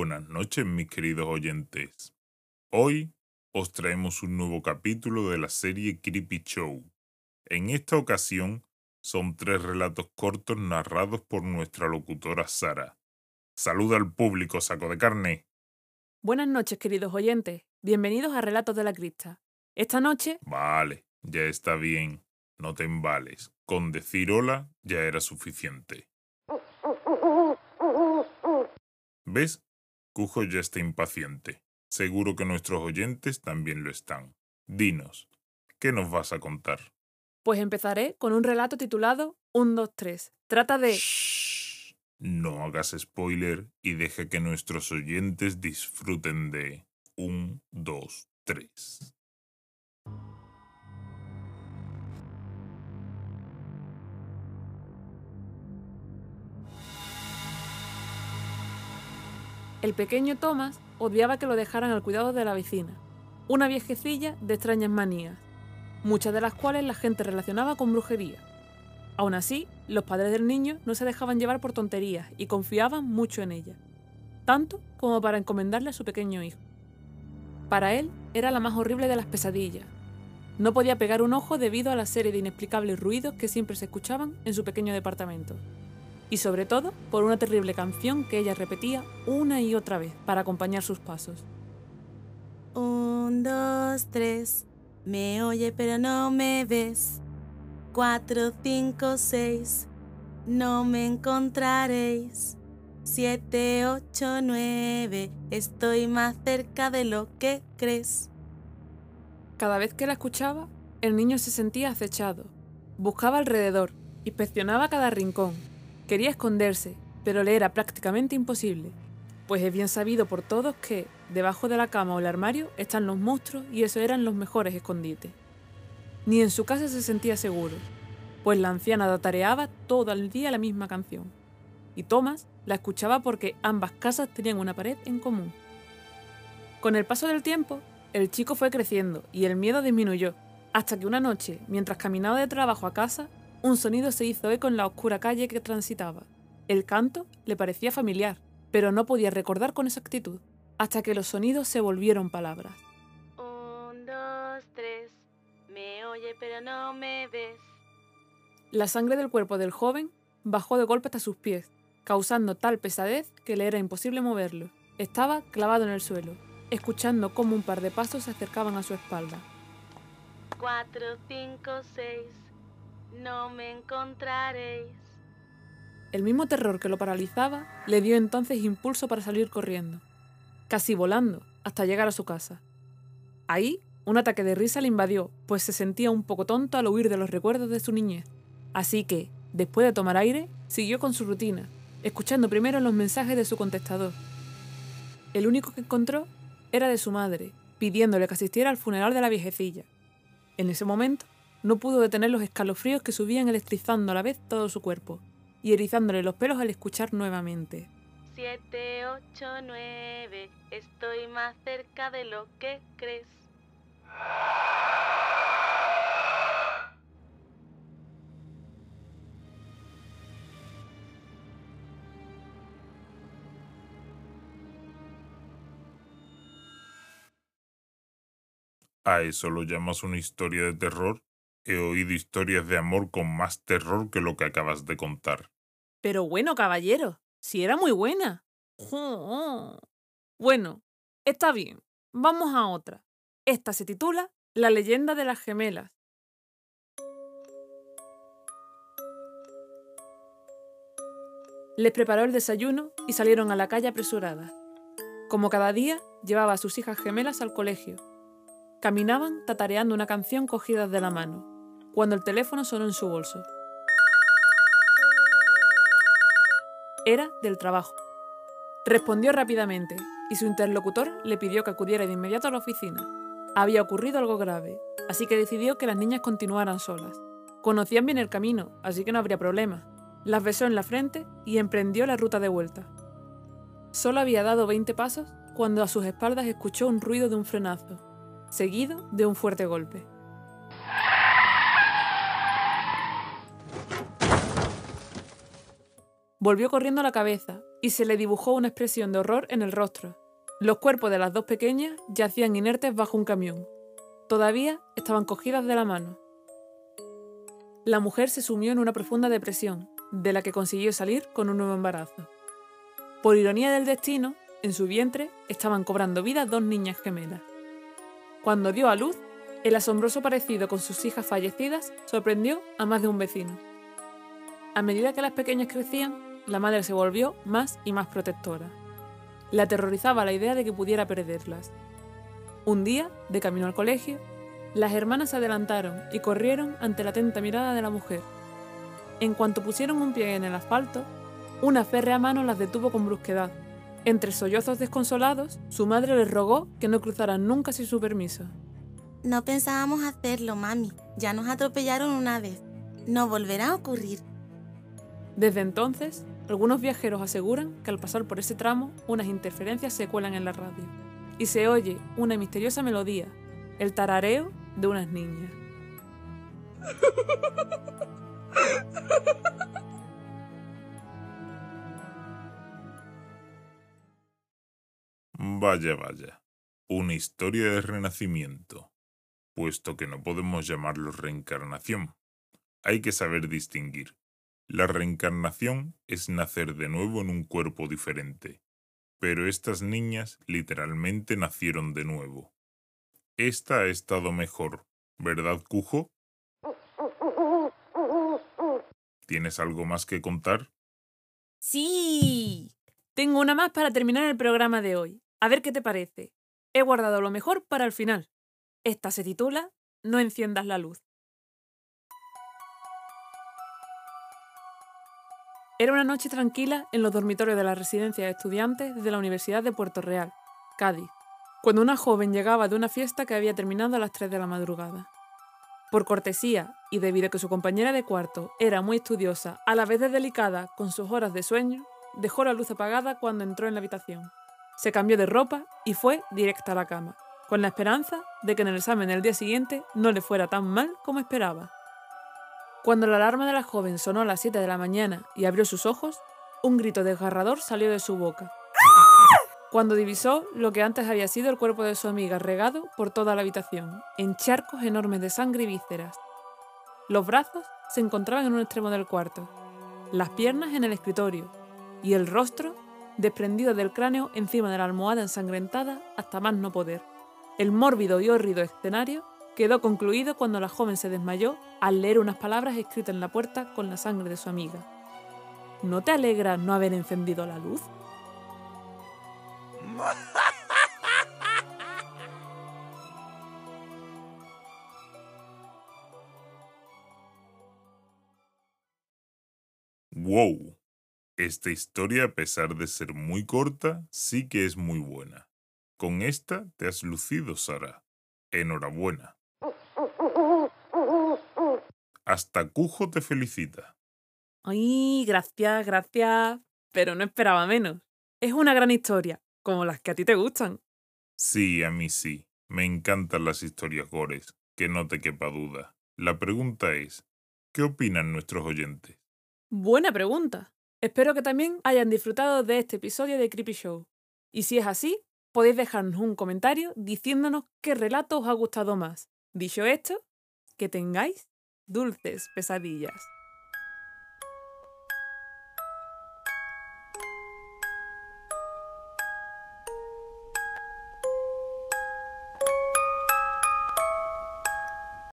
buenas noches, mis queridos oyentes. Hoy os traemos un nuevo capítulo de la serie Creepy Show. En esta ocasión son 3 relatos cortos narrados por nuestra locutora Sara. Saluda al público, saco de carne. Buenas noches, queridos oyentes. Bienvenidos a Relatos de la Cripta. Esta noche... Vale, ya está bien. No te embales. Con decir hola ya era suficiente. ¿Ves? Cujo ya está impaciente. Seguro que nuestros oyentes también lo están. Dinos, ¿qué nos vas a contar? Pues empezaré con un relato titulado 1, 2, 3. Trata de... Shh. No hagas spoiler y deja que nuestros oyentes disfruten de 1, 2, 3. El pequeño Thomas odiaba que lo dejaran al cuidado de la vecina, una viejecilla de extrañas manías, muchas de las cuales la gente relacionaba con brujería. Aún así, los padres del niño no se dejaban llevar por tonterías y confiaban mucho en ella, tanto como para encomendarle a su pequeño hijo. Para él era la más horrible de las pesadillas. No podía pegar un ojo debido a la serie de inexplicables ruidos que siempre se escuchaban en su pequeño departamento. Y sobre todo por una terrible canción que ella repetía una y otra vez para acompañar sus pasos. 1, 2, 3, me oye pero no me ves. 4, 5, 6, no me encontraréis. 7, 8, 9, estoy más cerca de lo que crees. Cada vez que la escuchaba, el niño se sentía acechado. Buscaba alrededor, inspeccionaba cada rincón. Quería esconderse, pero le era prácticamente imposible, pues es bien sabido por todos que, debajo de la cama o el armario, están los monstruos y esos eran los mejores escondites. Ni en su casa se sentía seguro, pues la anciana tatareaba todo el día la misma canción. Y Thomas la escuchaba porque ambas casas tenían una pared en común. Con el paso del tiempo, el chico fue creciendo y el miedo disminuyó, hasta que una noche, mientras caminaba de trabajo a casa, un sonido se hizo eco en la oscura calle que transitaba. El canto le parecía familiar, pero no podía recordar con exactitud, hasta que los sonidos se volvieron palabras. 1, 2, 3, me oye pero no me ves. La sangre del cuerpo del joven bajó de golpe hasta sus pies, causando tal pesadez que le era imposible moverlo. Estaba clavado en el suelo, escuchando cómo un par de pasos se acercaban a su espalda. 4, 5, 6, no me encontraréis. El mismo terror que lo paralizaba le dio entonces impulso para salir corriendo, casi volando, hasta llegar a su casa. Ahí, un ataque de risa le invadió, pues se sentía un poco tonto al huir de los recuerdos de su niñez. Así que, después de tomar aire, siguió con su rutina, escuchando primero los mensajes de su contestador. El único que encontró era de su madre, pidiéndole que asistiera al funeral de la viejecilla. En ese momento, no pudo detener los escalofríos que subían electrizando a la vez todo su cuerpo, y erizándole los pelos al escuchar nuevamente. 7, 8, 9, estoy más cerca de lo que crees. ¿A eso lo llamas una historia de terror? He oído historias de amor con más terror que lo que acabas de contar. Pero bueno, caballero, si era muy buena. Bueno, está bien, vamos a otra. Esta se titula La leyenda de las gemelas. Les preparó el desayuno y salieron a la calle apresuradas. Como cada día, llevaba a sus hijas gemelas al colegio. Caminaban tatareando una canción cogidas de la mano, cuando el teléfono sonó en su bolso. Era del trabajo. Respondió rápidamente y su interlocutor le pidió que acudiera de inmediato a la oficina. Había ocurrido algo grave, así que decidió que las niñas continuaran solas. Conocían bien el camino, así que no habría problema. Las besó en la frente y emprendió la ruta de vuelta. Solo había dado 20 pasos cuando a sus espaldas escuchó un ruido de un frenazo, seguido de un fuerte golpe. Volvió corriendo la cabeza y se le dibujó una expresión de horror en el rostro. Los cuerpos de las dos pequeñas yacían inertes bajo un camión. Todavía estaban cogidas de la mano. La mujer se sumió en una profunda depresión, de la que consiguió salir con un nuevo embarazo. Por ironía del destino, en su vientre estaban cobrando vida 2 niñas gemelas. Cuando dio a luz, el asombroso parecido con sus hijas fallecidas sorprendió a más de un vecino. A medida que las pequeñas crecían, la madre se volvió más y más protectora. Le aterrorizaba la idea de que pudiera perderlas. Un día, de camino al colegio, las hermanas se adelantaron y corrieron ante la atenta mirada de la mujer. En cuanto pusieron un pie en el asfalto, una férrea mano las detuvo con brusquedad. Entre sollozos desconsolados, su madre les rogó que no cruzaran nunca sin su permiso. No pensábamos hacerlo, mami. Ya nos atropellaron una vez. No volverá a ocurrir. Desde entonces, algunos viajeros aseguran que al pasar por ese tramo, unas interferencias se cuelan en la radio y se oye una misteriosa melodía, el tarareo de unas niñas. Vaya, vaya. Una historia de renacimiento. Puesto que no podemos llamarlo reencarnación. Hay que saber distinguir. La reencarnación es nacer de nuevo en un cuerpo diferente. Pero estas niñas literalmente nacieron de nuevo. Esta ha estado mejor, ¿verdad, Cujo? ¿Tienes algo más que contar? ¡Sí! Tengo una más para terminar el programa de hoy. A ver qué te parece. He guardado lo mejor para el final. Esta se titula No enciendas la luz. Era una noche tranquila en los dormitorios de la residencia de estudiantes de la Universidad de Puerto Real, Cádiz, cuando una joven llegaba de una fiesta que había terminado a las 3 de la madrugada. Por cortesía, y debido a que su compañera de cuarto era muy estudiosa, a la vez de delicada con sus horas de sueño, dejó la luz apagada cuando entró en la habitación. Se cambió de ropa y fue directa a la cama, con la esperanza de que en el examen del día siguiente no le fuera tan mal como esperaba. Cuando la alarma de la joven sonó a las 7 de la mañana y abrió sus ojos, un grito desgarrador salió de su boca. Cuando divisó lo que antes había sido el cuerpo de su amiga regado por toda la habitación, en charcos enormes de sangre y vísceras. Los brazos se encontraban en un extremo del cuarto, las piernas en el escritorio y el rostro desprendido del cráneo encima de la almohada ensangrentada hasta más no poder. El mórbido y hórrido escenario quedó concluido cuando la joven se desmayó al leer unas palabras escritas en la puerta con la sangre de su amiga. ¿No te alegra no haber encendido la luz? ¡Wow! Esta historia, a pesar de ser muy corta, sí que es muy buena. Con esta te has lucido, Sara. Enhorabuena. Hasta Cujo te felicita. ¡Ay, gracias, gracias! Pero no esperaba menos. Es una gran historia, como las que a ti te gustan. Sí, a mí sí. Me encantan las historias gores, que no te quepa duda. La pregunta es, ¿qué opinan nuestros oyentes? Buena pregunta. Espero que también hayan disfrutado de este episodio de Creepy Show. Y si es así, podéis dejarnos un comentario diciéndonos qué relato os ha gustado más. Dicho esto, que tengáis dulces pesadillas.